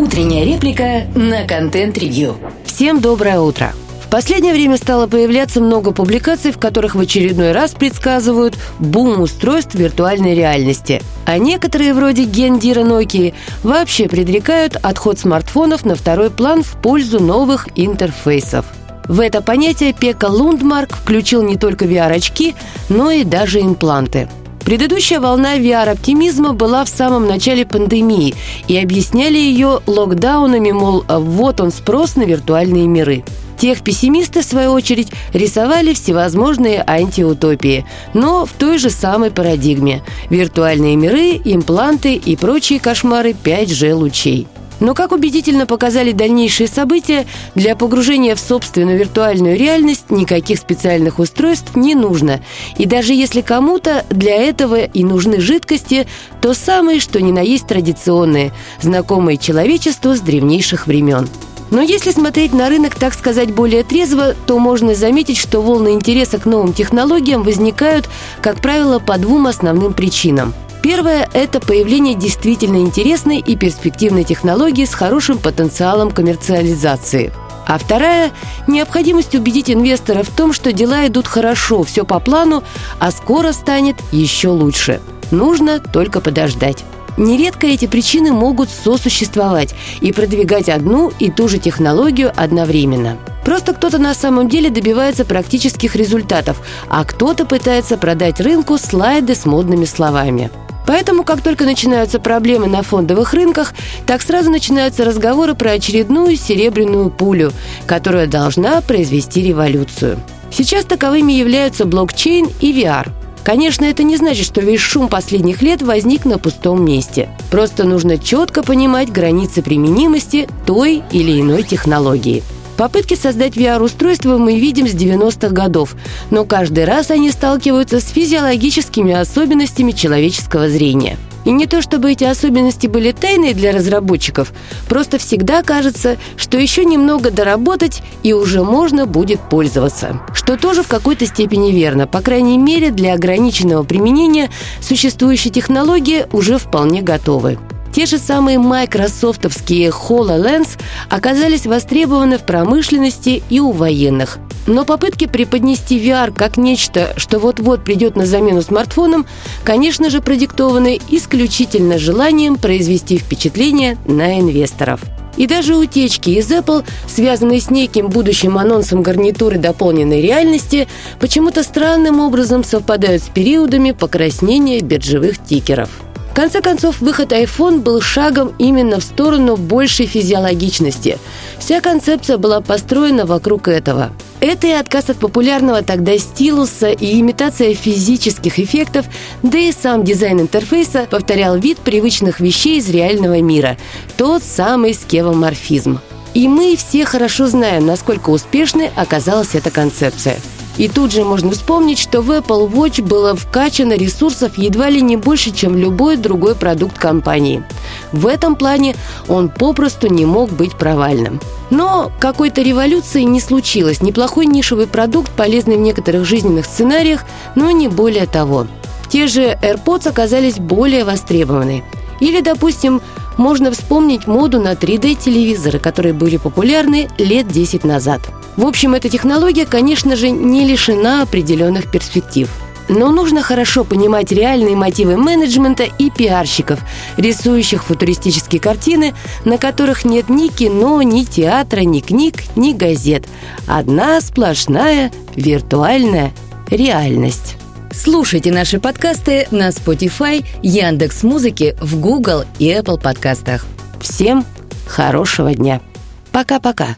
Утренняя реплика на контент-ревью. Всем доброе утро. В последнее время стало появляться много публикаций, в которых в очередной раз предсказывают бум устройств виртуальной реальности. А некоторые, вроде гендира Nokia, вообще предрекают отход смартфонов на второй план в пользу новых интерфейсов. В это понятие Пекка Лундмарк включил не только VR-очки, но и даже импланты. Предыдущая волна VR-оптимизма была в самом начале пандемии, и объясняли ее локдаунами, мол, вот он спрос на виртуальные миры. Техпессимисты, в свою очередь, рисовали всевозможные антиутопии, но в той же самой парадигме – виртуальные миры, импланты и прочие кошмары 5G-лучей. Но, как убедительно показали дальнейшие события, для погружения в собственную виртуальную реальность никаких специальных устройств не нужно. И даже если кому-то для этого и нужны жидкости, то самые, что ни на есть традиционные, знакомые человечеству с древнейших времен. Но если смотреть на рынок, так сказать, более трезво, то можно заметить, что волны интереса к новым технологиям возникают, как правило, по двум основным причинам. Первое – это появление действительно интересной и перспективной технологии с хорошим потенциалом коммерциализации. А вторая – необходимость убедить инвесторов в том, что дела идут хорошо, все по плану, а скоро станет еще лучше. Нужно только подождать. Нередко эти причины могут сосуществовать и продвигать одну и ту же технологию одновременно. Просто кто-то на самом деле добивается практических результатов, а кто-то пытается продать рынку слайды с модными словами. Поэтому, как только начинаются проблемы на фондовых рынках, так сразу начинаются разговоры про очередную серебряную пулю, которая должна произвести революцию. Сейчас таковыми являются блокчейн и VR. Конечно, это не значит, что весь шум последних лет возник на пустом месте. Просто нужно четко понимать границы применимости той или иной технологии. Попытки создать VR-устройства мы видим с 90-х годов, но каждый раз они сталкиваются с физиологическими особенностями человеческого зрения. И не то чтобы эти особенности были тайной для разработчиков, просто всегда кажется, что еще немного доработать и уже можно будет пользоваться. Что тоже в какой-то степени верно, по крайней мере для ограниченного применения существующие технологии уже вполне готовы. Те же самые майкрософтовские HoloLens оказались востребованы в промышленности и у военных. Но попытки преподнести VR как нечто, что вот-вот придет на замену смартфонам, конечно же, продиктованы исключительно желанием произвести впечатление на инвесторов. И даже утечки из Apple, связанные с неким будущим анонсом гарнитуры дополненной реальности, почему-то странным образом совпадают с периодами покраснения биржевых тикеров. В конце концов, выход iPhone был шагом именно в сторону большей физиологичности. Вся концепция была построена вокруг этого. Это и отказ от популярного тогда стилуса, и имитация физических эффектов, да и сам дизайн интерфейса повторял вид привычных вещей из реального мира. Тот самый скевоморфизм. И мы все хорошо знаем, насколько успешной оказалась эта концепция. И тут же можно вспомнить, что в Apple Watch было вкачано ресурсов едва ли не больше, чем любой другой продукт компании. В этом плане он попросту не мог быть провальным. Но какой-то революции не случилось. Неплохой нишевый продукт, полезный в некоторых жизненных сценариях, но не более того. Те же AirPods оказались более востребованы. Или, допустим, можно вспомнить моду на 3D-телевизоры, которые были популярны лет 10 назад. В общем, эта технология, конечно же, не лишена определенных перспектив. Но нужно хорошо понимать реальные мотивы менеджмента и пиарщиков, рисующих футуристические картины, на которых нет ни кино, ни театра, ни книг, ни газет. Одна сплошная виртуальная реальность. Слушайте наши подкасты на Spotify, Яндекс.Музыке, в Google и Apple подкастах. Всем хорошего дня. Пока-пока.